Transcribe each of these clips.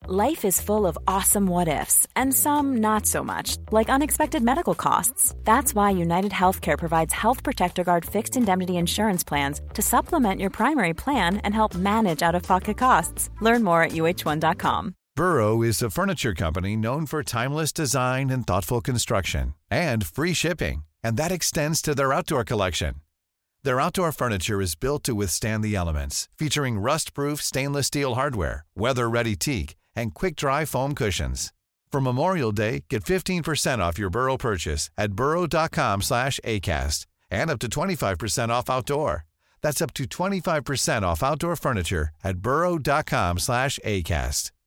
Life is full of awesome what-ifs, and some not so much, like unexpected medical costs. That's why United Healthcare provides Health Protector Guard fixed indemnity insurance plans to supplement your primary plan and help manage out-of-pocket costs. Learn more at uh1.com. Burrow is a furniture company known for timeless design and thoughtful construction, and free shipping, and that extends to their outdoor collection. Their outdoor furniture is built to withstand the elements, featuring rust-proof stainless steel hardware, weather-ready teak, and quick-dry foam cushions. For Memorial Day, get 15% off your Burrow purchase at burrow.com/acast, and up to 25% off outdoor. That's up to 25% off outdoor furniture at burrow.com/acast.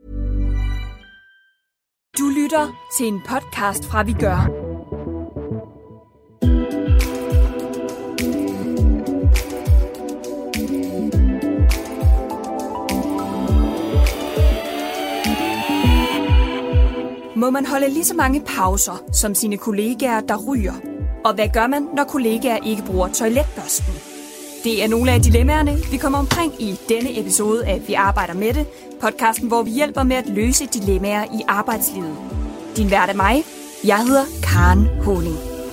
Du lytter til en podcast fra Vi Gør. Må man holde lige så mange pauser som sine kollegaer, der ryger? Og hvad gør man, når kollegaer ikke bruger toiletbørsten? Det er nogle af dilemmaerne, vi kommer omkring i denne episode af Vi Arbejder Med Det, podcasten, hvor vi hjælper med at løse dilemmaer i arbejdslivet. Din vært er mig. Jeg hedder Karen Håning.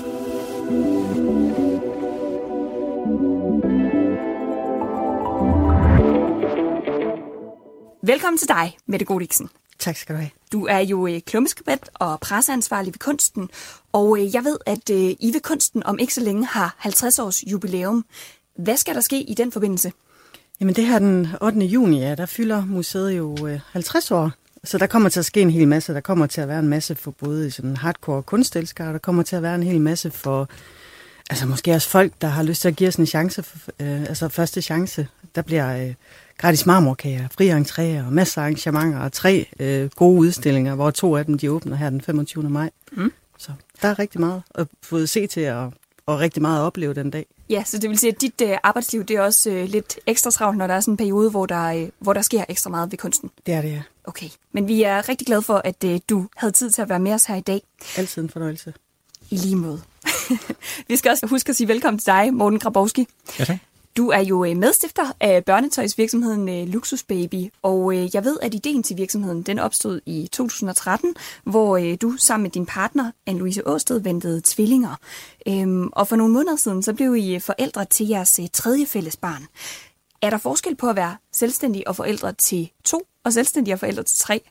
Velkommen til dig, Mette Godiksen. Tak skal du have. Du er jo klummeskribent og presseansvarlig ved Kunsten, og jeg ved, at I ved Kunsten om ikke så længe har 50 års jubilæum. Hvad skal der ske i den forbindelse? Jamen det her den 8. juni, der fylder museet jo 50 år. Så der kommer til at ske en hel masse. Der kommer til at være en masse for både sådan hardcore kunstelskere, der kommer til at være en hel masse for måske også folk, der har lyst til at give os en chance, første chance. Der bliver gratis marmorkager, fri entréer og masser af arrangementer og 3 gode udstillinger, hvor 2 af dem de åbner her den 25. maj. Mm. Så der er rigtig meget at få se til og rigtig meget at opleve den dag. Ja, så det vil sige, at dit arbejdsliv det er også lidt ekstra travlt, når der er sådan en periode, hvor der sker ekstra meget ved Kunsten. Det er det, ja. Okay, men vi er rigtig glade for, at du havde tid til at være med os her i dag. Altid en fornøjelse. I lige måde. Vi skal også huske at sige velkommen til dig, Morten Grabowski. Ja, tak. Du er jo medstifter af børnetøjsvirksomheden Luxus Baby, og jeg ved, at ideen til virksomheden den opstod i 2013, hvor du sammen med din partner, Anne-Louise Aasted, ventede tvillinger. Og for nogle måneder siden, så blev I forældre til jeres 3. fælles barn. Er der forskel på at være selvstændig og forældre til 2, og selvstændig og forældre til 3?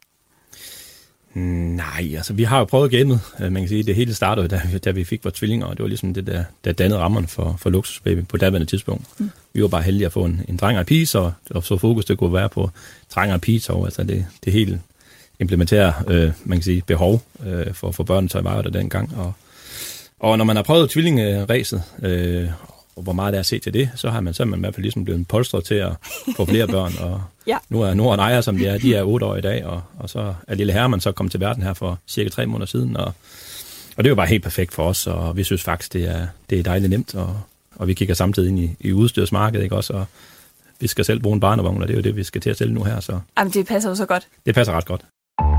Nej, altså vi har jo prøvet gamet. Man kan sige, det hele startede, da vi fik vores tvillinger, og det var ligesom det, der dannede rammerne for Luxus Baby på daværende tidspunkt. Mm. Vi var bare heldige at få en dreng og en pige, og så fokus det kunne være på dreng og pige, så altså det helt implementere, man kan sige, behov for børnetøj var der dengang. Og når man har prøvet tvillingeræset, og hvor meget der er set til det, så er man i hvert fald ligesom blevet polstret til at få flere børn. Og ja. Nu er Nora og Naja, som de er 8 år i dag, og så er lille Herman så kommet til verden her for cirka 3 måneder siden. Og det er jo bare helt perfekt for os, og vi synes faktisk, det er dejligt nemt, og vi kigger samtidig ind i udstyrsmarkedet, ikke også? Og vi skal selv bruge en barnevogn, og det er jo det, vi skal til at sælge nu her. Så. Jamen, det passer jo så godt. Det passer ret godt.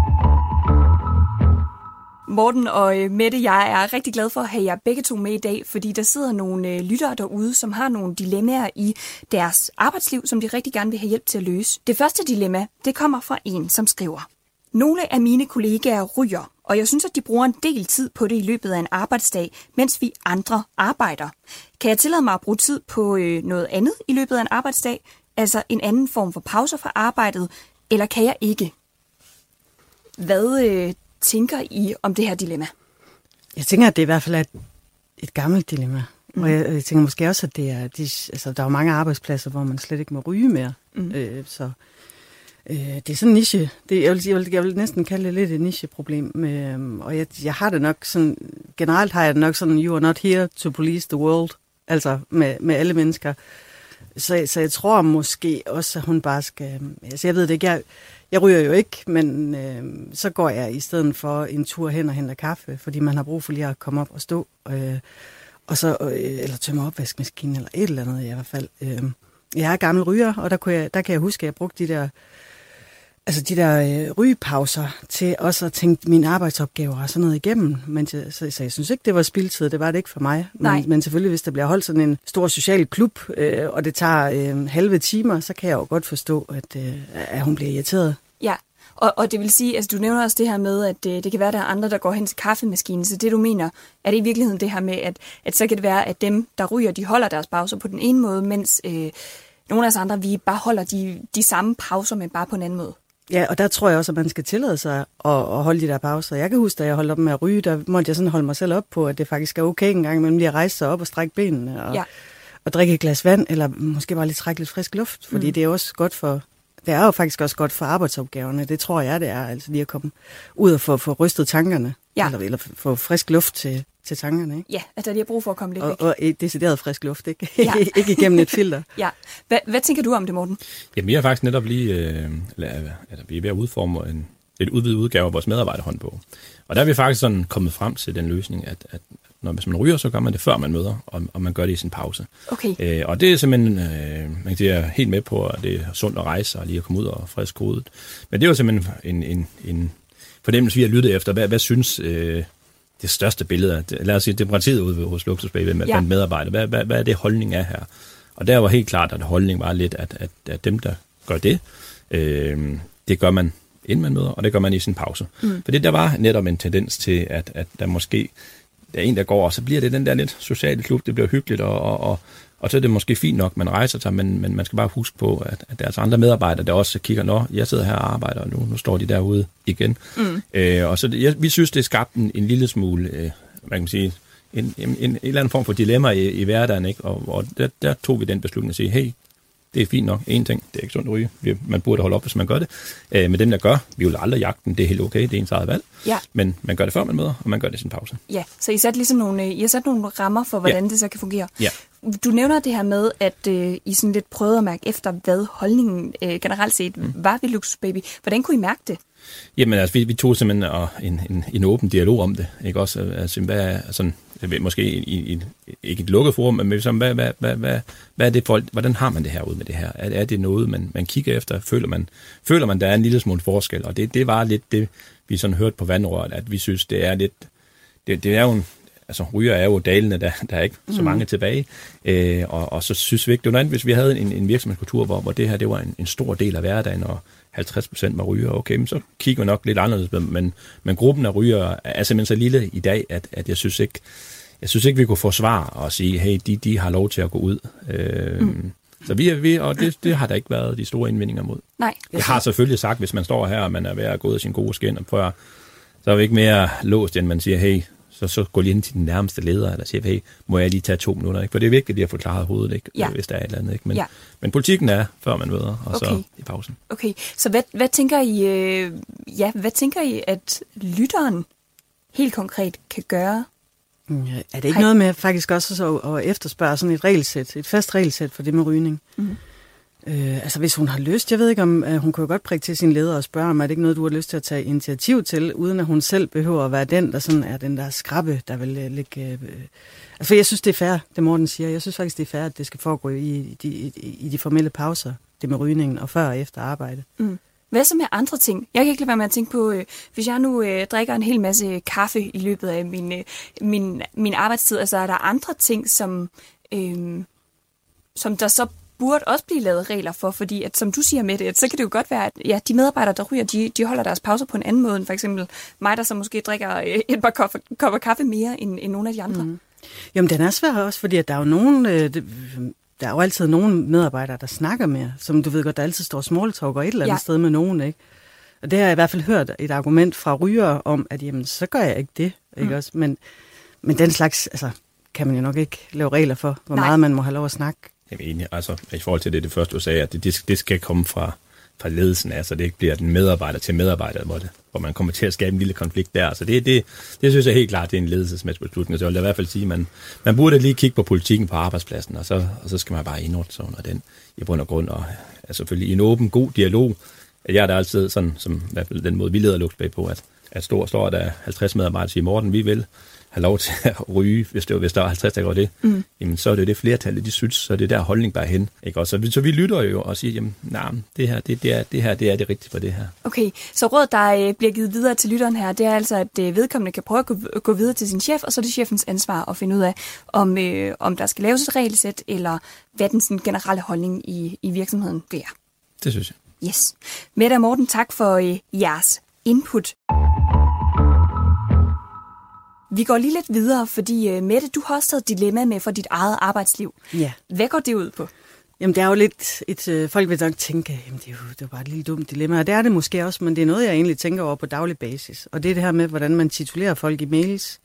Morten og Mette, jeg er rigtig glad for at have jer begge to med i dag, fordi der sidder nogle lyttere derude, som har nogle dilemmaer i deres arbejdsliv, som de rigtig gerne vil have hjælp til at løse. Det første dilemma, det kommer fra en, som skriver: Nogle af mine kollegaer ryger, og jeg synes, at de bruger en del tid på det i løbet af en arbejdsdag, mens vi andre arbejder. Kan jeg tillade mig at bruge tid på noget andet i løbet af en arbejdsdag, altså en anden form for pauser fra arbejdet, eller kan jeg ikke? Hvad tænker I om det her dilemma? Jeg tænker, at det i hvert fald er et gammelt dilemma. Mm. Og jeg tænker måske også, at det er, der er jo mange arbejdspladser, hvor man slet ikke må ryge mere. Mm. Så det er sådan en niche. Jeg vil næsten kalde det lidt et nicheproblem. Og jeg har det nok sådan, generelt har jeg det nok sådan, you are not here to police the world. Altså med alle mennesker. Så jeg tror måske også, at hun bare skal... Altså jeg ved det ikke, jeg ryger jo ikke, men så går jeg i stedet for en tur hen og henter kaffe, fordi man har brug for lige at komme op og stå, og så, eller tømme opvaskemaskinen, eller et eller andet i hvert fald. Jeg er gammel ryger, og der kan jeg huske, at jeg brugte de der rygepauser til også at tænke mine arbejdsopgaver og sådan noget igennem. Men så jeg synes ikke, det var spildtid. Det var det ikke for mig. Men selvfølgelig, hvis der bliver holdt sådan en stor social klub, og det tager halve timer, så kan jeg jo godt forstå, at hun bliver irriteret. Ja, Og det vil sige, altså du nævner også det her med, at det kan være, at der er andre, der går hen til kaffemaskinen. Så det du mener, er det i virkeligheden det her med, at så kan det være, at dem, der ryger, de holder deres pauser på den ene måde, mens nogle af os andre, vi bare holder de samme pauser, men bare på en anden måde. Ja, og der tror jeg også, at man skal tillade sig at holde de der pauser. Jeg kan huske, da jeg holdt op med at ryge, der måtte jeg sådan holde mig selv op på, at det faktisk er okay en gang imellem lige at rejse sig op og strække benene og drikke et glas vand, eller måske bare lige trække lidt frisk luft, fordi det er også godt for... Det er jo faktisk også godt for arbejdsopgaverne. Det tror jeg, det er. Altså lige at komme ud og få rystet tankerne. Ja. Eller få frisk luft til tankerne, ikke? Ja, altså de har brug for at komme lidt væk. Og decideret frisk luft, ikke? Ja. Ikke igennem et filter. Ja. Hvad tænker du om det, Morten? Jamen, vi har faktisk netop lige... vi er ved at udforme et udvidet udgave af vores medarbejderhåndbog. Og der er vi faktisk sådan kommet frem til den løsning, at hvis man ryger, så gør man det før man møder, og man gør det i sin pause. Okay. Og det er simpelthen, man kan sige, helt med på, at det er sundt at rejse og lige at komme ud og frisk hovedet. Men det er jo simpelthen en fornemmelse, vi har lyttet efter. Hvad synes det største billede af, lad os sige, demokratiet ude hos Luksusbaby med medarbejdere? Hvad er det holdning er her? Og der var helt klart, at holdning var lidt, at dem, der gør det, det gør man inden man møder, og det gør man i sin pause. Fordi der var netop en tendens til, at der måske der er en, der går, og så bliver det den der lidt sociale klub, det bliver hyggeligt, og så er det måske fint nok, man rejser sig, men man skal bare huske på, at der er altså andre medarbejdere, der også kigger, jeg sidder her og arbejder, og nu står de derude igen. Og så vi synes, det er skabt en lille smule, man kan sige, en eller anden form for dilemma i hverdagen, ikke? Og der tog vi den beslutning at sige, hey, det er fint nok. En ting, det er ikke sundt at ryge. Man burde holde op, hvis man gør det. Men dem, der gør, vi vil aldrig jagte dem. Det er helt okay, det er ens eget valg. Ja. Men man gør det før man møder, og man gør det i sin pause. Ja, så I satte ligesom nogle rammer for, hvordan det så kan fungere. Ja. Du nævner det her med, at I sådan lidt prøvede at mærke efter, hvad holdningen generelt set var ved Luksusbaby. Hvordan kunne I mærke det? Jamen altså, vi tog simpelthen en åben dialog om det. Ikke også? Altså, hvad er sådan... Måske ikke et lukket forum, men hvad er det folk, hvordan har man det herude med det her? Er det noget, man kigger efter? Føler man, der er en lille smule forskel? Og det var lidt det, vi sådan hørte på vandrøret, at vi synes, det er lidt... Det er jo ryger er jo dalende, der er ikke så mange tilbage. Og så synes vi ikke, det var noget, hvis vi havde en virksomhedskultur, hvor det her, det var en stor del af hverdagen, og 50% var ryger, okay, men så kigger vi nok lidt anderledes, men gruppen af ryger er simpelthen så lille i dag, at jeg synes ikke, vi kunne forsvare og sige, hey, de har lov til at gå ud. Så vi og det har der ikke været de store indvendinger mod. Nej. Jeg har selvfølgelig sagt, hvis man står her, og man er ved at gå ud af sin gode skin, og prøver, så er vi ikke mere låst, end man siger, hey, så gå lige ind til den nærmeste leder, eller siger, hey, må jeg lige tage 2 minutter, ikke? For det er vigtigt lige at få klaret hovedet, ikke? Ja. Hvis der er et eller andet, ikke? Men politikken er, før man møder, og så i pausen. Okay, så hvad tænker I, hvad tænker I, at lytteren helt konkret kan gøre? Er det ikke noget med faktisk også at efterspørge sådan et regelsæt, et fast regelsæt for det med rygning? Altså hvis hun har lyst, jeg ved ikke om, hun kan jo godt prikke til sin leder og spørge, om er det ikke noget, du har lyst til at tage initiativ til, uden at hun selv behøver at være den, der sådan er den der skrabbe, der vil ligge... Altså jeg synes, det er fair, det Morten siger. Jeg synes faktisk, det er fair, at det skal foregå i de formelle pauser, det med rygningen, og før og efter arbejde. Hvad så med andre ting? Jeg kan ikke lade være med at tænke på, hvis jeg nu drikker en hel masse kaffe i løbet af min arbejdstid, altså er der andre ting, som der så burde også blive lavet regler for, fordi at, som du siger med det, så kan det jo godt være, at de medarbejdere, der ryger, de holder deres pauser på en anden måde, end for eksempel mig, der så måske drikker et par kopper kaffe mere end nogle af de andre. Jamen, den er svær også, fordi at der er jo nogen... Der er jo altid nogen medarbejdere, der snakker mere, som du ved godt, der altid står small talk og et eller andet sted med nogen, ikke? Og det har jeg i hvert fald hørt et argument fra rygere om, at jamen, så gør jeg ikke det, ikke også? Men den slags, altså, kan man jo nok ikke lave regler for, hvor meget man må have lov at snakke. Jeg er enig, altså i forhold til det første, du sagde, at det skal komme fra ledelsen, altså det ikke bliver den medarbejder til medarbejder, hvor man kommer til at skabe en lille konflikt der. Så det synes jeg helt klart, det er en ledelsesmæssig beslutning. Så jeg vil i hvert fald sige, man burde lige kigge på politikken på arbejdspladsen, og så skal man bare indordne sig under den i bund og grund. Og selvfølgelig i en åben, god dialog. Jeg er der altid sådan, som i hvert fald den måde, vi leder Luksusbaby på, at står der 50 medarbejdere og siger, Morten, vi vil have lov til at ryge, hvis der er 50, der går det, jamen så er det flertallet, de synes, så det er der holdning bare hen. Ikke? Og så vi lytter jo og siger, jamen det her, det er det rigtige for det her. Okay, så råd, der bliver givet videre til lytteren her, det er altså, at vedkommende kan prøve at gå videre til sin chef, og så er det chefens ansvar at finde ud af, om der skal laves et regelsæt, eller hvad den sådan generelle holdning i virksomheden vil. Det synes jeg. Yes. Mette og Morten, tak for jeres input. Vi går lige lidt videre, fordi Mette, du har også taget et dilemma med for dit eget arbejdsliv. Ja. Hvad går det ud på? Jamen, det er jo lidt folk vil nok tænke, jamen, det er jo bare et lille dumt dilemma, og det er det måske også, men det er noget, jeg egentlig tænker over på daglig basis. Og det er det her med, hvordan man titulerer folk i mails.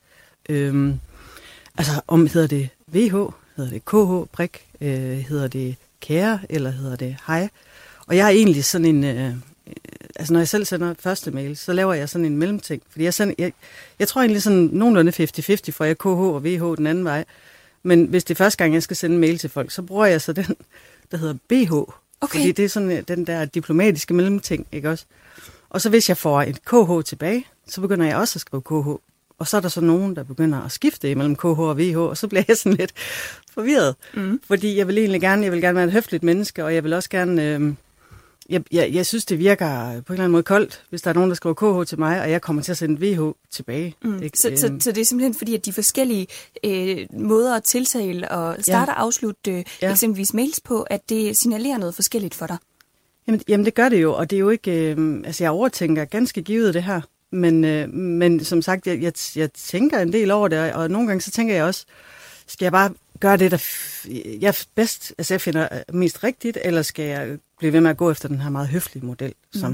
Hedder det VH, hedder det KH, prik, hedder det kære, eller hedder det hej. Og jeg er egentlig sådan en... når jeg selv sender første mail, så laver jeg sådan en mellemting. Fordi jeg tror egentlig sådan nogenlunde 50-50, for jeg KH og VH den anden vej. Men hvis det er første gang, jeg skal sende en mail til folk, så bruger jeg så den, der hedder BH. Okay. Fordi det er sådan den der diplomatiske mellemting, ikke også? Og så hvis jeg får et KH tilbage, så begynder jeg også at skrive KH. Og så er der så nogen, der begynder at skifte imellem KH og VH, og så bliver jeg sådan lidt forvirret. Fordi jeg vil gerne være et høfligt menneske, og jeg vil også gerne... Jeg synes, det virker på en eller anden måde koldt, hvis der er nogen, der skriver KH til mig, og jeg kommer til at sende VH tilbage. Så det er simpelthen fordi, at de forskellige måder at tiltale og starte og afslutte eksempelvis mails på, at det signalerer noget forskelligt for dig? Jamen det gør det jo, og det er jo ikke... jeg overtænker ganske givet det her, men som sagt, jeg tænker en del over det, og nogle gange så tænker jeg også, skal jeg bare gøre det, der jeg bedst, jeg finder mest rigtigt, eller skal jeg blive ved med at gå efter den her meget høflige model, som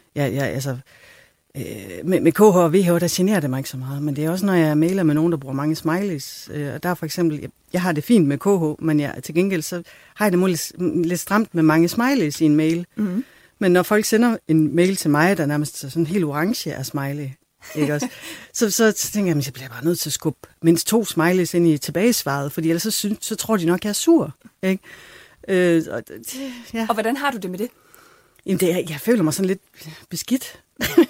med KH og VH, der generer det mig ikke så meget, men det er også, når jeg mailer med nogen, der bruger mange smileys, og der er for eksempel, jeg har det fint med KH, men til gengæld så har jeg det lidt stramt med mange smileys i en mail. Men når folk sender en mail til mig, der nærmest sådan helt orange af smiley, ikke også? Så tænker jeg, jeg bliver bare nødt til at skubbe mindst 2 smileys ind i tilbagesvaret, fordi ellers så tror de nok, jeg er sur. Ikke? Og hvordan har du det med det? Jamen jeg føler mig sådan lidt beskidt.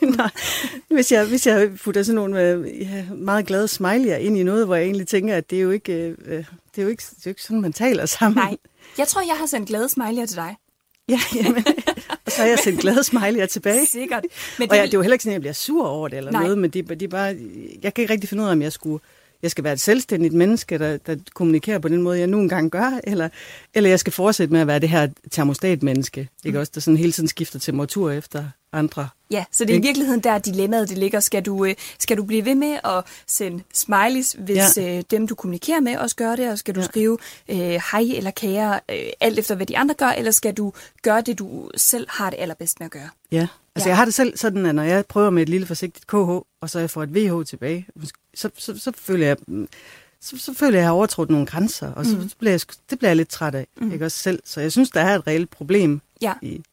hvis jeg putter sådan nogle meget glade smiley'er ind i noget, hvor jeg egentlig tænker, at det er jo ikke sådan, man taler sammen. Nej, jeg tror, jeg har sendt glade smiley'er til dig. Ja, jamen, og så har jeg sendt glade smiley'er tilbage. Sikkert. Men det er jo heller ikke sådan, at jeg bliver sur over det eller noget, men det er bare, jeg kan ikke rigtig finde ud af, om jeg skal være et selvstændigt menneske, der kommunikerer på den måde, jeg nu engang gør, eller jeg skal fortsætte med at være det her termostatmenneske, ikke også, der sådan hele tiden skifter temperatur efter andre. Ja, så det er i virkeligheden der dilemmaet, det ligger. Skal du blive ved med at sende smileys, hvis dem, du kommunikerer med, også gør det, og skal du skrive hej eller kære, alt efter hvad de andre gør, eller skal du gøre det, du selv har det allerbedst med at gøre? Ja, jeg har det selv sådan, at når jeg prøver med et lille forsigtigt KH, og så jeg får et VH tilbage, så føler jeg... Så føler jeg, at jeg har overtrådt nogle grænser, og så bliver jeg lidt træt af, ikke også selv. Så jeg synes, der er et reelt problem. Ja.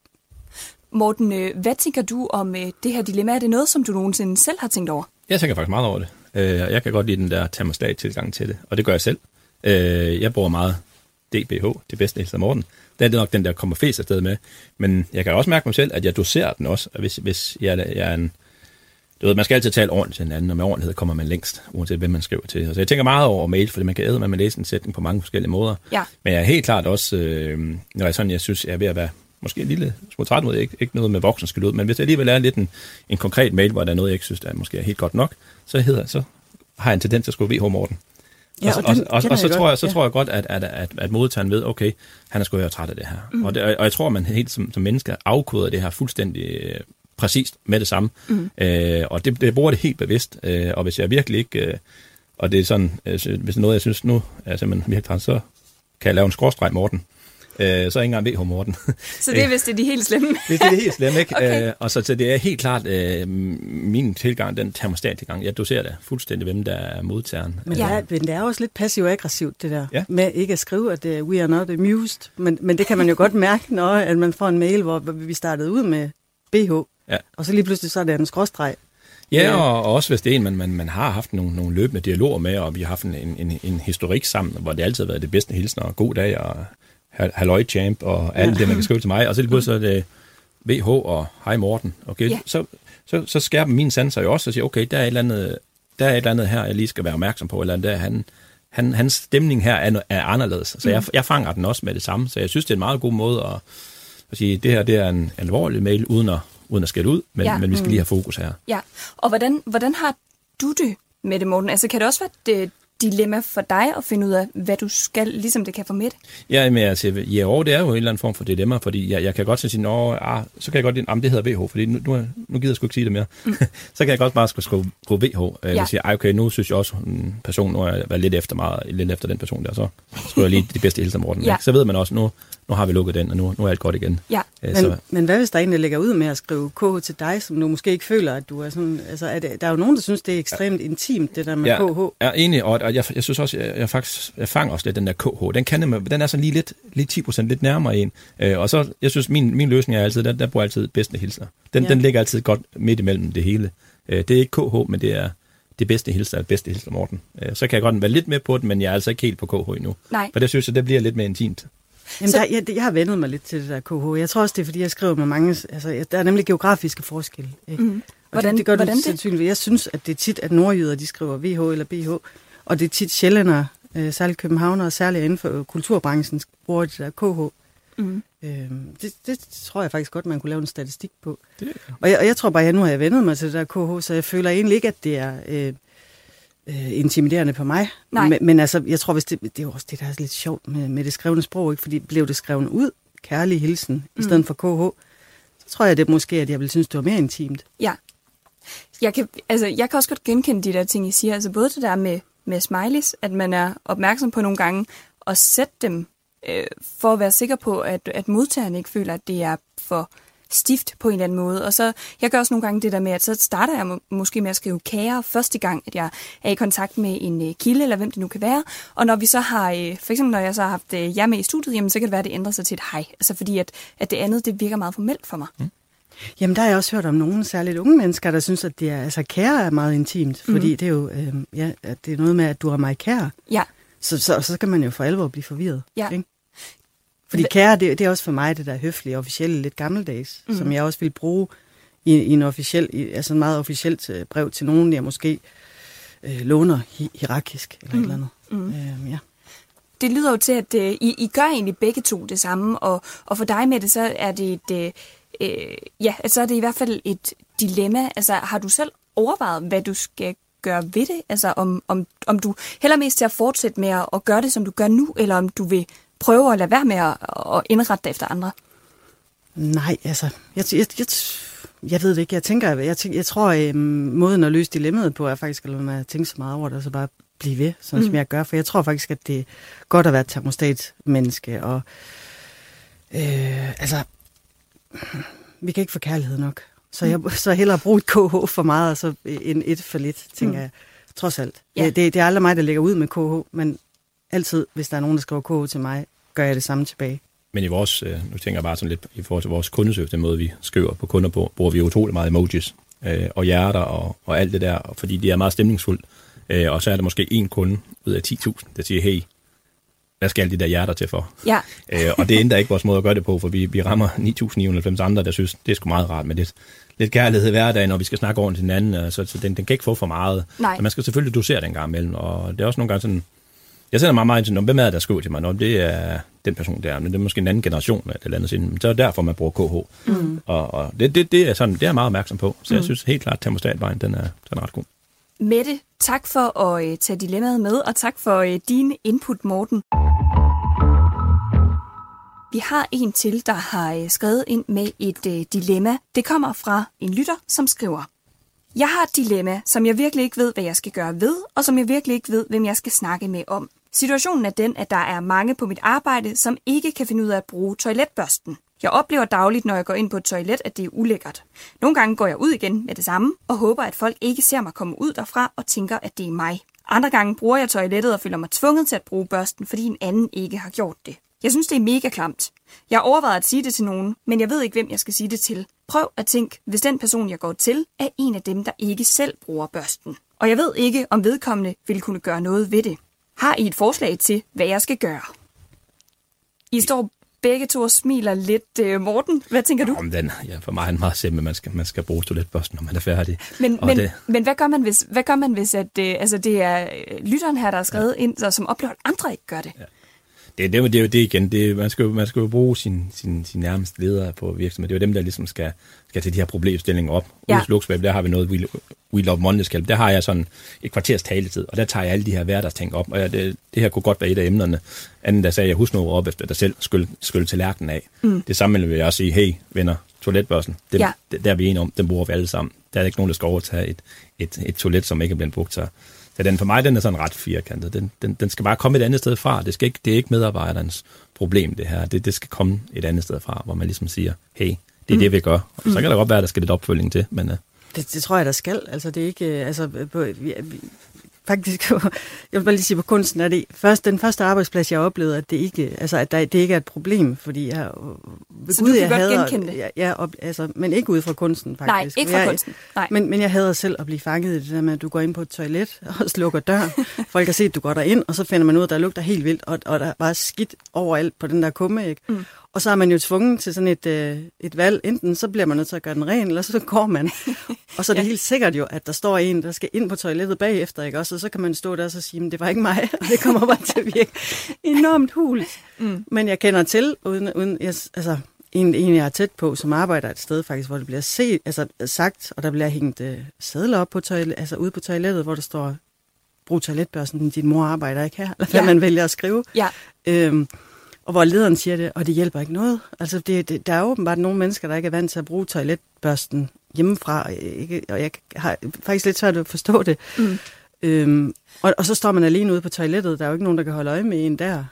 Morten, hvad tænker du om det her dilemma? Er det noget, som du nogensinde selv har tænkt over? Jeg tænker faktisk meget over det. Jeg kan godt lide den der termostat-tilgang til det, og det gør jeg selv. Jeg bruger meget DBH, det bedste Niels og Morten. Det er nok den, der kommer flest afsted med. Men jeg kan også mærke mig selv, at jeg doserer den også. Og hvis jeg er en... Du ved, man skal altid tale ordentligt til hinanden, og med ordentlighed kommer man længst, uanset hvem man skriver til. Så jeg tænker meget over mail, fordi man kan æde, man læse en sætning på mange forskellige måder. Ja. Men jeg er helt klart også, når jeg synes, jeg er ved at være måske en lille smule træt mod, ikke noget med voksen skal ud, men hvis det alligevel er lidt en konkret mail, hvor der er noget, jeg ikke synes, der måske er helt godt nok, så har jeg en tendens til at skrive VH Morten. Ja, og så tror jeg godt, at modtageren ved, okay, han er sgu her træt af det her. Og jeg tror, man helt som menneske afkoder det her fuldstændig præcist med det samme. Og det bruger det helt bevidst. Og hvis jeg virkelig ikke... og det er sådan, hvis noget, jeg synes nu er simpelthen virkelig træt, så kan jeg lave en skråstreg Morten. Så er ikke engang VH Morten. Så det er, hvis det er de helt slemme? Hvis det er de helt slemme, ikke? Okay. Og så det er helt klart min tilgang, den termostattilgang. Jeg doserer det fuldstændig, hvem der er modtageren. Men det er også lidt passiv-aggressivt, det der. Ja. Med ikke at skrive, at we are not amused. Men det kan man jo godt mærke, når at man får en mail, hvor vi startede ud med BH. Ja. Og så lige pludselig så er det en skråstreg. Ja, og også hvis det er en, man har haft nogle løbende dialoger med, og vi har haft en historik sammen, hvor det altid har været det bedste hilsner, og god dag, og halløj champ, og alt det, man kan skrive til mig. Og så lige pludselig så er det VH og hej Morten. Okay, så skærper mine sanser jo også og siger, okay, der er et eller andet her, jeg lige skal være opmærksom på, eller der hans stemning her er anderledes. Så jeg fanger den også med det samme. Så jeg synes, det er en meget god måde at sige, det her det er en alvorlig mail, uden at skælde ud, men vi skal lige have fokus her. Ja, og hvordan har du det med det, Morten? Altså, kan det også være dilemma for dig at finde ud af, hvad du skal, ligesom det kan få med det? Ja, men altså, det er jo en eller anden form for dilemma, fordi jeg kan godt sige, så kan jeg godt det hedder VH, fordi nu gider jeg sgu ikke sige det mere. Så kan jeg godt bare skrive VH, og sige, okay, nu synes jeg også, en person, nu har jeg været lidt efter den person der, så skulle jeg lige de bedste hilser Morten. Ja. Så ved man også, nu har vi lukket den, og nu er alt godt igen. Ja. Men hvad hvis der egentlig ligger ud med at skrive KH til dig, som du måske ikke føler, at du er sådan... Altså, der er jo nogen, der synes, det er ekstremt intimt, det der med KH. Ja, enig, og jeg synes også, jeg fanger også lidt den der KH. Den er sådan lige 10% lidt nærmere en. Og så, jeg synes, min løsning er altid, der bruger altid bedste hilser. Den ligger altid godt midt imellem det hele. Det er ikke KH, men det er det bedste hilser Morten. Så kan jeg godt være lidt med på det, men jeg er altså ikke helt på KH endnu. Nej. For det synes jeg, det bliver lidt mere intimt. Jamen, jeg har vendet mig lidt til det der KH. Jeg tror også, det er, fordi jeg skriver med mange... Altså, der er nemlig geografiske forskelle. Ikke? Hvordan det gør hvordan det sandsynligt. Jeg synes, at det er tit, at nordjyder, de skriver VH eller BH. Og det er tit sjællændere, særligt københavnere, og særligt inden for kulturbranchen, bruger det der KH. Det tror jeg faktisk godt, man kunne lave en statistik på. Og jeg tror bare, at nu har jeg vendet mig til det der KH, så jeg føler egentlig ikke, at det er... intimiderende på mig. Men altså, jeg tror, hvis det er jo også det, der er lidt sjovt med det skrevne sprog, ikke? Fordi blev det skrevet ud, kærlig hilsen, i stedet for KH, så tror jeg, det måske, at jeg ville synes, det var mere intimt. Ja. Jeg kan også godt genkende de der ting, I siger. Altså både det der med smileys, at man er opmærksom på nogle gange, og sætte dem for at være sikker på, at modtageren ikke føler, at det er for stift på en eller anden måde. Og så, jeg gør også nogle gange det der med, at så starter jeg måske med at skrive kære første gang, at jeg er i kontakt med en kilde, eller hvem det nu kan være. Og når vi så har, for eksempel når jeg så har haft jer med i studiet, jamen så kan det være, at det ændrer sig til et hej. Altså fordi, at det andet, det virker meget formelt for mig. Jamen, der har jeg også hørt om nogle særligt unge mennesker, der synes, at det er, altså kære er meget intimt, fordi det er jo, at det er noget med, at du er mig kære. Ja. Så kan man jo for alvor blive forvirret. Ja. Ikke? Fordi kære, det er også for mig det der høflige, officielle, lidt gammeldags, som jeg også vil bruge i en officiel, altså en meget officielt brev til nogen, jeg måske låner hierarkisk eller et eller andet. Ja. Det lyder jo til, at I gør egentlig begge to det samme, og for dig med det, så er det så er det i hvert fald et dilemma. Altså, har du selv overvejet, hvad du skal gøre ved det? Altså, om du hælder mest til at fortsætte med at gøre det, som du gør nu, eller om du vil prøve at lade være med at indrette dig efter andre? Nej, altså, jeg ved det ikke. Jeg tror, måden at løse dilemmaet på, er faktisk at lade mig at tænke så meget over det, og så bare blive ved, som jeg gør. For jeg tror faktisk, at det er godt at være termostatmenneske, og altså, vi kan ikke få kærlighed nok. Så hellere bruge et KH for meget, og så end et for lidt, tænker jeg. Trods alt. Ja. Det er aldrig mig, der lægger ud med KH, men altid, hvis der er nogen, der skriver KH til mig, gør jeg det samme tilbage. Men i vores, nu tænker jeg bare sådan lidt i forhold til vores kundeservice, den måde vi skriver på kunder på, bruger vi utrolig meget emojis og hjerter og alt det der, fordi de er meget stemningsfuldt. Og så er der måske en kunde ud af 10.000, der siger, hey, hvad skal alle de der hjerter til for? Ja. Og det ændrer ikke vores måde at gøre det på, for vi rammer 9.990 andre, der synes, det er sgu meget rart med lidt kærlighed i hverdagen, når vi skal snakke ordentligt til hinanden, så den kan ikke få for meget. Nej. Men man skal selvfølgelig dosere den gang imellem, og det er også nogle gange sådan, jeg sender mig meget ind til, hvem er det, der skriver til mig? Nå, det er den person der, men det er måske en anden generation eller et eller andet sinde. Så er det derfor, man bruger KH. Og det er sådan, det er jeg meget opmærksom på. Så jeg synes helt klart, at termostatvejen, den er ret god. Mette, tak for at tage dilemmaet med, og tak for din input, Morten. Vi har en til, der har skrevet ind med et dilemma. Det kommer fra en lytter, som skriver: Jeg har et dilemma, som jeg virkelig ikke ved, hvad jeg skal gøre ved, og som jeg virkelig ikke ved, hvem jeg skal snakke med om. Situationen er den, at der er mange på mit arbejde, som ikke kan finde ud af at bruge toiletbørsten. Jeg oplever dagligt, når jeg går ind på et toilet, at det er ulækkert. Nogle gange går jeg ud igen med det samme, og håber, at folk ikke ser mig komme ud derfra og tænker, at det er mig. Andre gange bruger jeg toilettet og føler mig tvunget til at bruge børsten, fordi en anden ikke har gjort det. Jeg synes, det er mega klamt. Jeg overvejer at sige det til nogen, men jeg ved ikke, hvem jeg skal sige det til. Prøv at tænke, hvis den person, jeg går til, er en af dem, der ikke selv bruger børsten. Og jeg ved ikke, om vedkommende vil kunne gøre noget ved det. Har I et forslag til, hvad jeg skal gøre? I står begge to og smiler lidt. Morten, hvad tænker du? For mig er den meget simpel, man skal bruge toiletbørsten, når man er færdig. Men hvad gør man, hvis at, det er lytteren her, der er skrevet ind, som oplever, at andre ikke gør det? Ja. Det er jo det igen. Man skal jo bruge sin nærmeste ledere på virksomheden. Det er jo dem, der ligesom skal tage de her problemstillinger op. Ja. Hos Luxweb, der har vi noget We Love Mondays-kalp. Der har jeg sådan et kvarters taletid, og der tager jeg alle de her hverdagsting op. Og det her kunne godt være et af emnerne. Anden der sagde jeg, husk nu op efter dig selv, skyld tallerkenen af. Det samme vil jeg også sige, hey venner, toiletbørsen, der er vi enige om, den bruger vi alle sammen. Der er ikke nogen, der skal overtage et toilet, som ikke er blevet brugt. Så den for mig, den er sådan ret firkantet. Den skal bare komme et andet sted fra. Det er ikke medarbejderens problem, det her. Det skal komme et andet sted fra, hvor man ligesom siger, hey, det er det, vi gør. Og så kan der godt være, at der skal lidt opfølging til, men... Det tror jeg, der skal. Altså, det er ikke... Faktisk, jeg vil bare lige sige, på kunsten er det den første arbejdsplads, jeg oplevede, at det ikke, at det ikke er et problem, fordi jeg... Så Gud, du kan godt genkende det? Men ikke ud fra kunsten, faktisk. Nej, ikke fra kunsten. Nej. Men jeg hader selv at blive fanget i det der med, at du går ind på et toilet og slukker døren. Folk har set, at du går derind, og så finder man ud af, at der lugter helt vildt, og der er bare skidt overalt på den der kumme, ikke? Og så er man jo tvunget til sådan et valg. Enten så bliver man nødt til at gøre den ren, eller så går man. Og så er det helt sikkert jo, at der står en, der skal ind på toilettet bagefter, ikke også? Og så kan man stå der og så sige, men det var ikke mig, og det kommer bare til at virke enormt hult. Men jeg kender til, en jeg er tæt på, som arbejder et sted faktisk, hvor det bliver sagt, og der bliver hængt sedler op på ude på toilettet, hvor der står, brug toiletbørsen, din mor arbejder ikke her, eller hvad man vælger at skrive. Ja. Og hvor lederen siger det, og det hjælper ikke noget. Altså, der er åbenbart nogle mennesker, der ikke er vant til at bruge toiletbørsten hjemmefra, og jeg har faktisk lidt svært at forstå det. Og så står man alene ude på toilettet, der er jo ikke nogen, der kan holde øje med en der.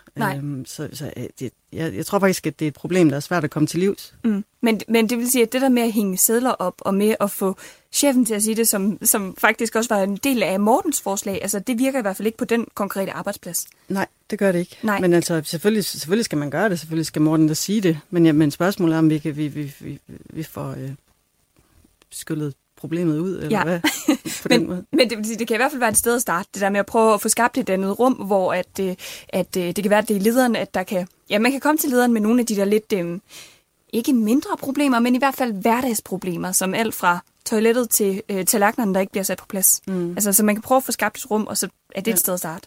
Jeg tror faktisk, at det er et problem, der er svært at komme til livs. Men det vil sige, at det der med at hænge sedler op, og med at få chefen til at sige det, som faktisk også var en del af Mortens forslag, altså det virker i hvert fald ikke på den konkrete arbejdsplads. Nej, det gør det ikke. Nej. Men altså, selvfølgelig skal man gøre det, selvfølgelig skal Morten da sige det, men spørgsmålet er, om vi får skyllet problemet ud, eller hvad? Men det vil sige, det kan i hvert fald være et sted at starte, det der med at prøve at få skabt et andet rum, hvor at det kan være, at det er lederen, at der kan... Ja, man kan komme til lederen med nogle af de der lidt... ikke mindre problemer, men i hvert fald hverdagsproblemer, som alt fra toilettet til tallerkenerne, der ikke bliver sat på plads. Altså, så man kan prøve at få skabt et rum, og så er det et sted at starte.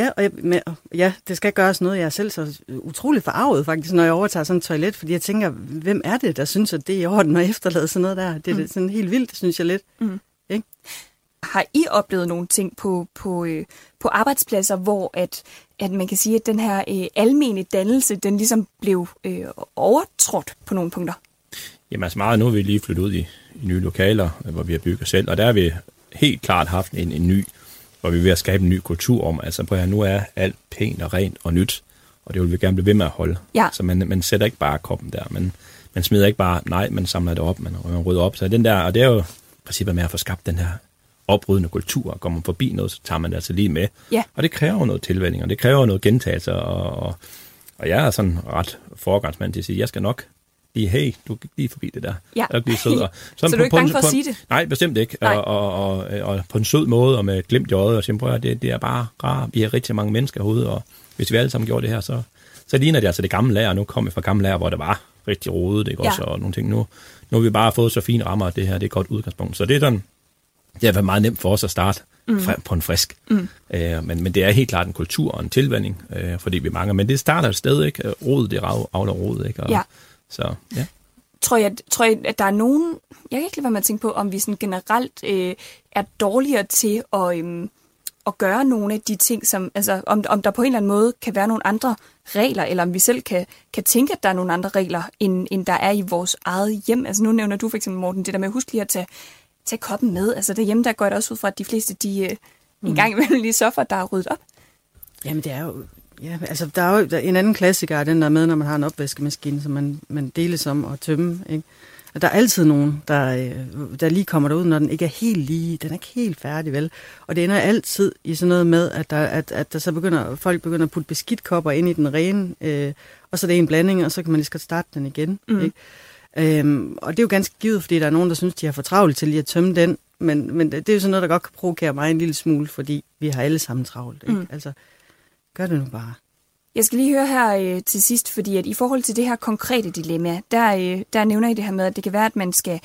Ja, det skal gøres noget. Jeg er selv så utrolig forarvet faktisk, når jeg overtager sådan et toilet, fordi jeg tænker, hvem er det, der synes, at det er i orden at efterlade sådan noget der? Det er sådan helt vildt, synes jeg lidt. Ikke? Har I oplevet nogle ting på arbejdspladser, hvor at man kan sige, at den her almene dannelse, den ligesom blev overtrådt på nogle punkter? Jamen altså meget, nu har vi lige flyttet ud i nye lokaler, hvor vi har bygget selv, og der har vi helt klart haft en ny, hvor vi er ved at skabe en ny kultur om, altså på her, nu er alt pænt og rent og nyt, og det vil vi gerne blive ved med at holde. Ja. Så man sætter ikke bare koppen der, man smider ikke bare, nej, man samler det op, man rydder op, så den der, og det er jo princippet med at få skabt den her oprydende kultur, og går man forbi noget, så tager man det altså lige med. Ja. Og det kræver noget tilvænning, og det kræver noget gentagelse, og jeg er sådan ret foregangsmand til at sige, jeg skal nok lige, hey, du gik lige forbi det der. Ja. Jeg lige sød, og så du er ikke bange for at sige det? Nej, bestemt ikke. Og på en sød måde, og med et glimt i øjet, og sige, prøv at det er bare rart. Vi har rigtig mange mennesker herude, og hvis vi alle sammen gjorde det her, så ligner det altså det gamle lager. Nu kom vi fra gamle lager, hvor det var rigtig rodet, ikke også, og nogle ting. Nu har vi bare fået så fine rammer, at det her det er et godt udgangspunkt. Så det er sådan, det har været meget nemt for os at starte på en frisk. Men det er helt klart en kultur og en tilvænning, fordi vi mangler. Men det starter et sted, ikke? Rodet, det avler rodet, ikke? Og, så, ja. Tror jeg, at der er nogen... Jeg kan ikke lade være med at tænke på, om vi sådan generelt er dårligere til at gøre nogle af de ting, som... Altså, om der på en eller anden måde kan være nogle andre regler, eller om vi selv kan tænke, at der er nogle andre regler, end der er i vores eget hjem. Altså, nu nævner du for eksempel, Morten, det der med at huske lige at tage koppen med. Altså, derhjemme, der går det også ud fra, at de fleste, de en gang imellem lige sørger for, at der er ryddet op. Jamen, det er jo... Ja, altså der er jo en anden klassiker, den der med, når man har en opvaskemaskine, som man deles om at tømme, ikke? Og der er altid nogen, der lige kommer derud, når den ikke er helt lige, den er ikke helt færdig, vel? Og det ender altid i sådan noget med, at der så folk begynder at putte beskidtkopper ind i den rene, og så er det en blanding, og så kan man lige skal starte den igen, ikke? Og det er jo ganske givet, fordi der er nogen, der synes, de har for travlt til lige at tømme den, men det er jo sådan noget, der godt kan provokere mig en lille smule, fordi vi har alle sammen travlt, ikke? Altså, gør det nu bare. Jeg skal lige høre her til sidst, fordi at i forhold til det her konkrete dilemma, der nævner I det her med, at det kan være, at man skal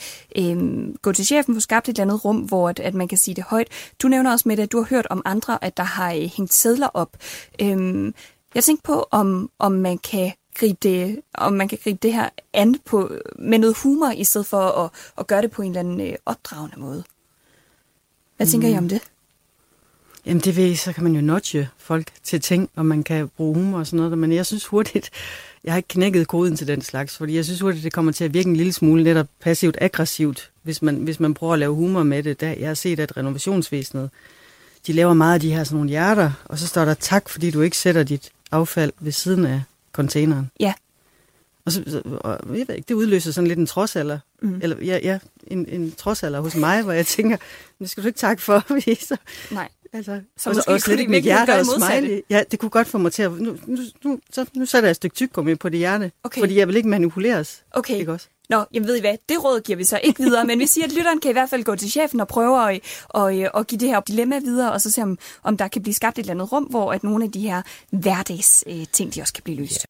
gå til chefen for skabt et eller andet rum, hvor at man kan sige det højt. Du nævner også med det, at du har hørt om andre, at der har hængt sedler op. Jeg tænkte på, om man kan gribe det her an med noget humor, i stedet for at gøre det på en eller anden opdragende måde. Hvad tænker I om det? Jamen det ved I, så kan man jo nudge folk til ting, og man kan bruge humor og sådan noget. Men jeg synes hurtigt, jeg har ikke knækket koden til den slags, fordi jeg synes hurtigt, det kommer til at virke en lille smule netop passivt-aggressivt, hvis man prøver at lave humor med det. Jeg har set, at renovationsvæsenet, de laver meget af de her sådan nogle hjerter, og så står der tak, fordi du ikke sætter dit affald ved siden af containeren. Ja. Og jeg ved ikke, det udløser sådan lidt en trodsalder. Eller en trodsalder hos mig, hvor jeg tænker, det skal du ikke takke for, fordi så... Nej. Altså, så og slet ikke mit hjerte og smiley. Ja, det kunne godt få mig til at... Nu sætter jeg et stykke tyggegummi på det hjerte, fordi jeg vil ikke manipuleres. Okay. Ikke også? Nå, jeg ved I hvad, det råd giver vi så ikke videre, men vi siger, at lytteren kan i hvert fald gå til chefen og prøve at give det her dilemma videre, og så se, om der kan blive skabt et eller andet rum, hvor at nogle af de her hverdags ting, de også kan blive løst.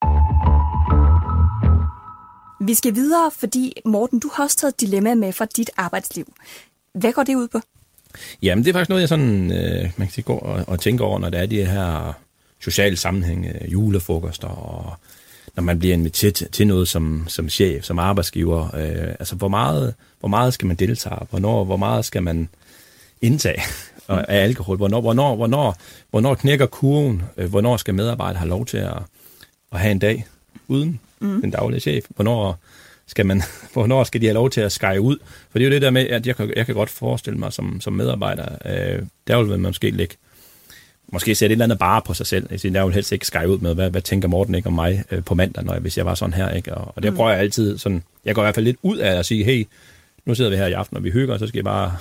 Vi skal videre, fordi Morten, du har også taget et dilemma med fra dit arbejdsliv. Hvad går det ud på? Jamen, det er faktisk noget, jeg sådan, man kan sige, går og tænker over, når der er de her sociale sammenhænge, julefrokoster, og når man bliver inviteret til noget som chef, som arbejdsgiver. Altså, hvor meget skal man deltage? Hvor meget skal man indtage af alkohol? Hvornår knækker kurven? Hvornår skal medarbejdere have lov til at have en dag uden den daglige chef? Hvornår skal de have lov til at skære ud? For det er jo det der med, at jeg kan godt forestille mig som medarbejder, der vil man måske sætte et eller andet bare på sig selv. Jeg vil helst ikke skære ud med, hvad tænker Morten ikke om mig på mandag, hvis jeg var sådan her. Ikke? Og det prøver jeg altid sådan, jeg går i hvert fald lidt ud af at sige, hey, nu sidder vi her i aften, og vi hygger, så skal jeg bare,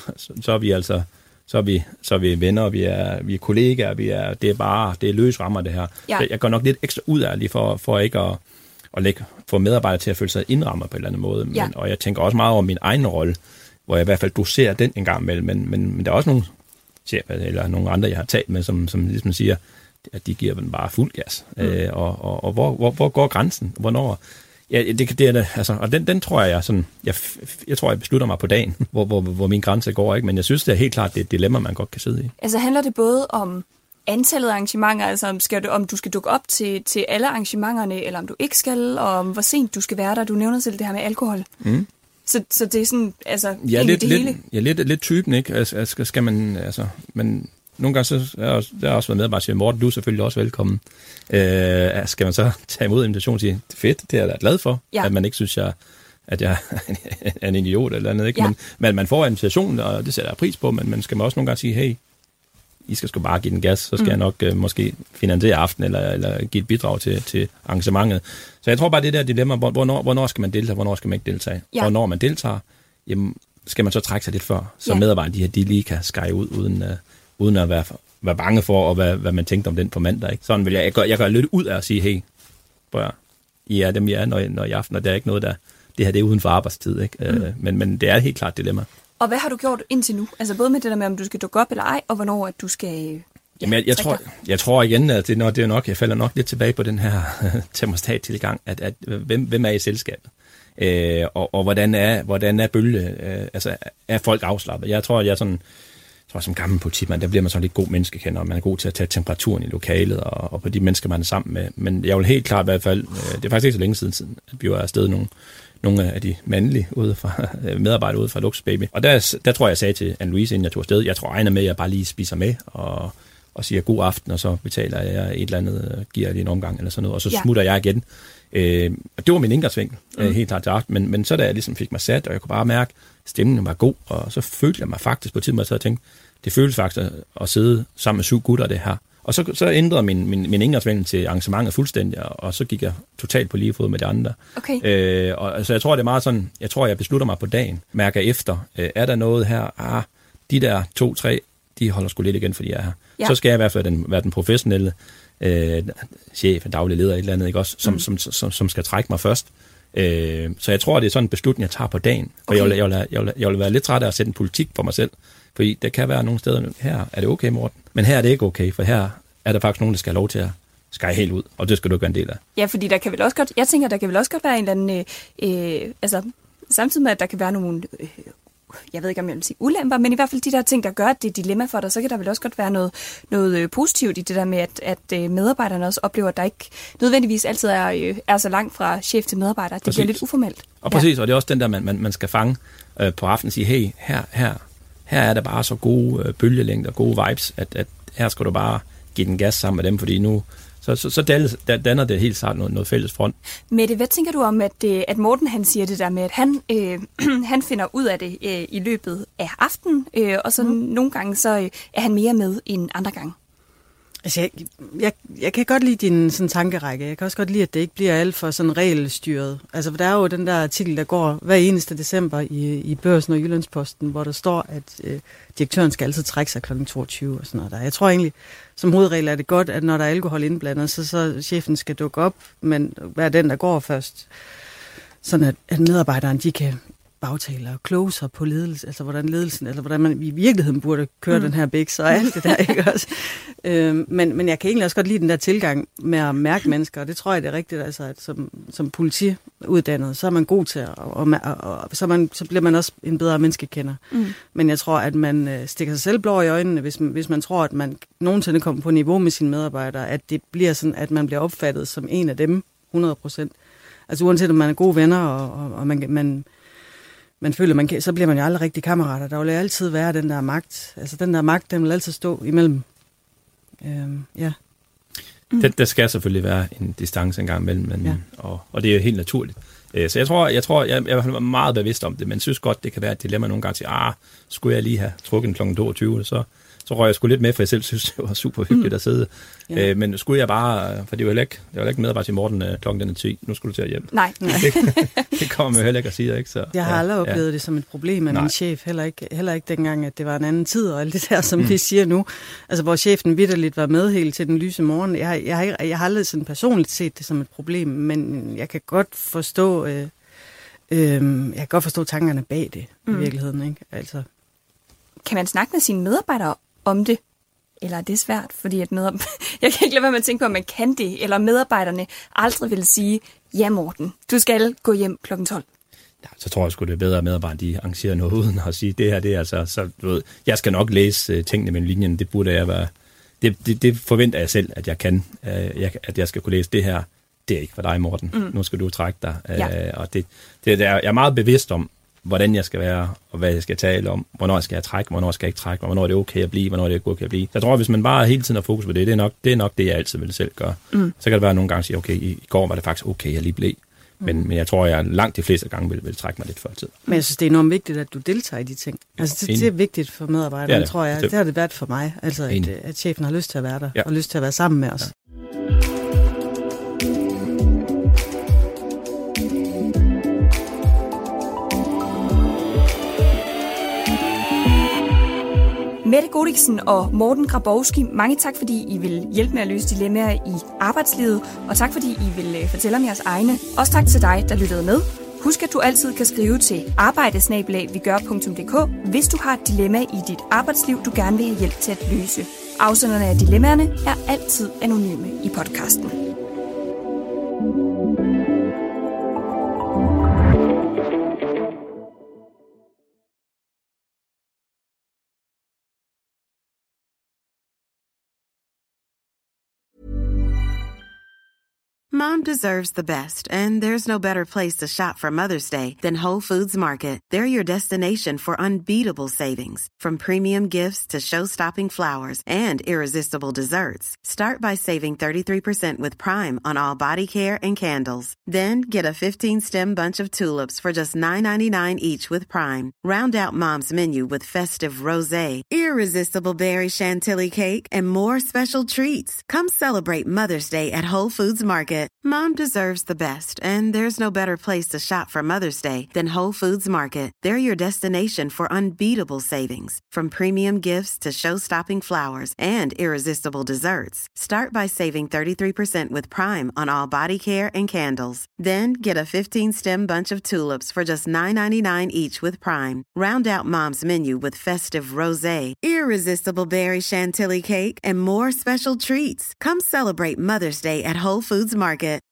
så er vi venner, vi er kollegaer, det er løs rammer det her. Ja. Så jeg går nok lidt ekstra ud af lige for ikke at få medarbejdere til at føle sig indrammet på en eller anden måde. Ja. Og jeg tænker også meget over min egen rolle, hvor jeg i hvert fald doserer den en gang imellem. Men der er også nogle chefer eller nogle andre, jeg har talt med, som ligesom siger, at de giver dem bare fuld gas. Og hvor går grænsen? Hvornår? Ja, det er det, altså, og den tror jeg sådan, jeg tror, jeg beslutter mig på dagen, hvor min grænse går, ikke? Men jeg synes, det er helt klart, det er et dilemma, man godt kan sidde i. Altså handler det både om antallet af arrangementer, altså om du skal dukke op til alle arrangementerne, eller om du ikke skal, og om hvor sent du skal være der. Du nævner selv det her med alkohol. Så det er sådan, altså, det hele. Ja, lidt typen, ikke? Altså, skal man, altså, men nogle gange så der har også været med, bare siger, Morten, du er selvfølgelig også velkommen. Skal man så tage imod invitationen og sige, det er fedt, det er jeg da glad for, at man ikke synes, at jeg er en idiot eller andet, ikke? Men man får invitationen, og det sætter jeg pris på, men man skal også nogle gange sige, hey, I skal sgu bare give den gas, så skal jeg nok måske finansiere aften, eller give et bidrag til arrangementet. Så jeg tror bare, det der dilemma, hvornår skal man deltage, hvornår skal man ikke deltage? Ja. Og når man deltager, jamen, skal man så trække sig lidt før, så medarbejderne de lige kan skære ud, uden at være bange for, og hvad man tænkte om den på mandag. Ikke? Sådan vil jeg gør lidt ud af at sige, hey, prøv, I er dem, I er, når i aften, og der er ikke noget, det her det er uden for arbejdstid. Ikke? Men det er helt klart et dilemma. Og hvad har du gjort indtil nu? Altså både med det der med, om du skal dukke op eller ej, og hvornår at du skal... Jamen, jeg tror igen, at jeg falder nok lidt tilbage på den her termostat-tilgang, at hvem er i selskabet? Og hvordan er bølge? Altså, er folk afslappet? Jeg tror, som gammel politimand, der bliver man så lidt god menneskekender, og man er god til at tage temperaturen i lokalet, og på de mennesker, man er sammen med. Men jeg vil helt klart i hvert fald, det er faktisk ikke så længe siden, at vi var afsted nogle af de mandlige medarbejdere ude fra Luxusbaby. Og der tror jeg sagde til Anne-Louise, inden jeg tog afsted, jeg tror regner med, at jeg bare lige spiser med, og siger god aften, og så betaler jeg et eller andet, giver jeg lige en omgang, eller sådan noget, og så smutter jeg igen. Og det var min indgangsvinkel, helt klart til aften, men så da jeg ligesom fik mig sat, og jeg kunne bare mærke, at stemningen var god, og så følte jeg mig faktisk på et tidspunkt, at jeg tænkte, det føles faktisk at sidde sammen med 7 gutter, det her. Og så ændrede min indgangsvinkel til arrangementet fuldstændig, og så gik jeg totalt på lige fod med de andre. Okay. Og så jeg tror, det er meget sådan, jeg beslutter mig på dagen, mærker efter, er der noget her, de der 2-3, de holder sgu lidt igen, fordi jeg er her. Ja. Så skal jeg i hvert fald være den professionelle chef, daglig leder, et eller andet, ikke også, som skal trække mig først. Så jeg tror, det er sådan en beslutning, jeg tager på dagen. For jeg vil være lidt træt af at sætte en politik for mig selv. Fordi der kan være nogle steder, her er det okay, Morten, men her er det ikke okay, for her er der faktisk nogen, der skal have lov til at skære helt ud, og det skal du ikke være en del af. Ja, fordi der kan vel også godt, jeg tænker, der kan vel også godt være en eller anden, altså samtidig med, at der kan være nogle jeg ved ikke, om jeg vil sige ulemper, men i hvert fald de der ting, der gør, at det er et dilemma for dig, så kan der vel også godt være noget positivt i det der med, at medarbejderne også oplever, at der ikke nødvendigvis altid er så langt fra chef til medarbejder. Det bliver lidt uformelt. Og præcis, og det er også den der, man skal fange på aftenen og sige, hey, her er der bare så gode bølgelængder, gode vibes, at her skal du bare give den gas sammen med dem, fordi nu så danner det helt klart noget fælles front. Mette, hvad tænker du om, at Morten han siger det der med, at han finder ud af det i løbet af aftenen, og så nogle gange så er han mere med end andre gange? Altså, jeg kan godt lide din sådan tankerække. Jeg kan også godt lide, at det ikke bliver alt for sådan regelstyret. Altså, der er jo den der artikel, der går hver eneste december i Børsen og Jyllandsposten, hvor der står, at direktøren skal altid trække sig kl. 22 og sådan noget der. Jeg tror egentlig, som hovedregel er det godt, at når der er alkohol indblandet, så chefen skal dukke op, men hvad er den, der går først? Sådan at medarbejderen, de kan bagtale og kloge sig på ledelse, altså hvordan ledelsen, eller hvordan man i virkeligheden burde køre den her bæks og alt det der, ikke også? Men jeg kan egentlig også godt lide den der tilgang med at mærke mennesker, og det tror jeg, det er rigtigt, altså at som politiuddannet, så er man god til og så bliver man også en bedre menneskekender. Men jeg tror, at man stikker sig selv blå i øjnene, hvis man tror, at man nogensinde kommer på niveau med sine medarbejdere, at det bliver sådan, at man bliver opfattet som en af dem 100%. Altså uanset om man er gode venner, og man føler, så bliver man jo aldrig rigtig kammerater. Der vil jo altid være den der magt. Altså den der magt, den vil altid stå imellem. Ja. Der skal selvfølgelig være en distance engang imellem, og det er helt naturligt. Så jeg tror, jeg er meget bevidst om det, men synes godt, det kan være et dilemma nogle gange til, skulle jeg lige have trukket kl. 22, så røg jeg sgu lidt med, for jeg selv synes, det var super hyggeligt at sidde. Ja. Men skulle jeg bare, for det var ikke medarbejder til Morten klokken den 10, nu skulle du til at hjem. Nej. Det kommer man jo heller ikke at sige, ikke? Så, jeg har aldrig oplevet det som et problem af min chef, heller ikke dengang, at det var en anden tid, og alt det der, som de siger nu. Altså, hvor chefen vitterligt var med helt til den lyse morgen. Jeg har aldrig sådan personligt set det som et problem, men jeg kan godt forstå, tankerne bag det i virkeligheden, ikke? Altså. Kan man snakke med sine medarbejdere om det? Eller er det svært? Fordi jeg kan ikke lade være med at tænke på, om man kan det, eller medarbejderne aldrig vil sige, ja Morten, du skal gå hjem kl. 12. Ja, så tror jeg sgu, det er bedre, at medarbejdere de arrangerer noget uden at sige, det her, det er altså, så du ved, jeg skal nok læse tingene mellem linjen, det burde jeg være, det forventer jeg selv, at jeg kan, at jeg skal kunne læse det her, det er ikke for dig, Morten, nu skal du trække dig, og det jeg er meget bevidst om, hvordan jeg skal være, og hvad jeg skal tale om, hvornår jeg skal trække, hvornår skal jeg ikke trække, hvornår er det okay at blive, hvornår er det ikke okay at blive. Så jeg tror, hvis man bare hele tiden har fokus på det er nok det, jeg altid vil selv gøre. Så kan det være nogle gange at sige, okay, i går var det faktisk okay, jeg lige blev. Men jeg tror, jeg langt de fleste gange vil trække mig lidt før tid. Men jeg synes, det er enormt vigtigt, at du deltager i de ting. Altså, det er vigtigt for medarbejderne, tror jeg. Det har det været for mig. Altså, at chefen har lyst til at være der, og lyst til at være sammen med os. Ja. Mette Godiksen og Morten Grabowski, mange tak, fordi I vil hjælpe med at løse dilemmaer i arbejdslivet, og tak, fordi I vil fortælle om jeres egne. Også tak til dig, der lyttede med. Husk, at du altid kan skrive til arbejde@vigør.dk, hvis du har et dilemma i dit arbejdsliv, du gerne vil have hjælp til at løse. Afsenderne af dilemmaerne er altid anonyme i podcasten. Mom deserves the best, and there's no better place to shop for Mother's Day than Whole Foods Market. They're your destination for unbeatable savings, from premium gifts to show-stopping flowers and irresistible desserts. Start by saving 33% with Prime on all body care and candles. Then get a 15-stem bunch of tulips for just $9.99 each with Prime. Round out Mom's menu with festive rosé, irresistible berry chantilly cake, and more special treats. Come celebrate Mother's Day at Whole Foods Market. Mom deserves the best, and there's no better place to shop for Mother's Day than Whole Foods Market. They're your destination for unbeatable savings, from premium gifts to show-stopping flowers and irresistible desserts. Start by saving 33% with Prime on all body care and candles. Then get a 15-stem bunch of tulips for just $9.99 each with Prime. Round out Mom's menu with festive rosé, irresistible berry chantilly cake, and more special treats. Come celebrate Mother's Day at Whole Foods Market.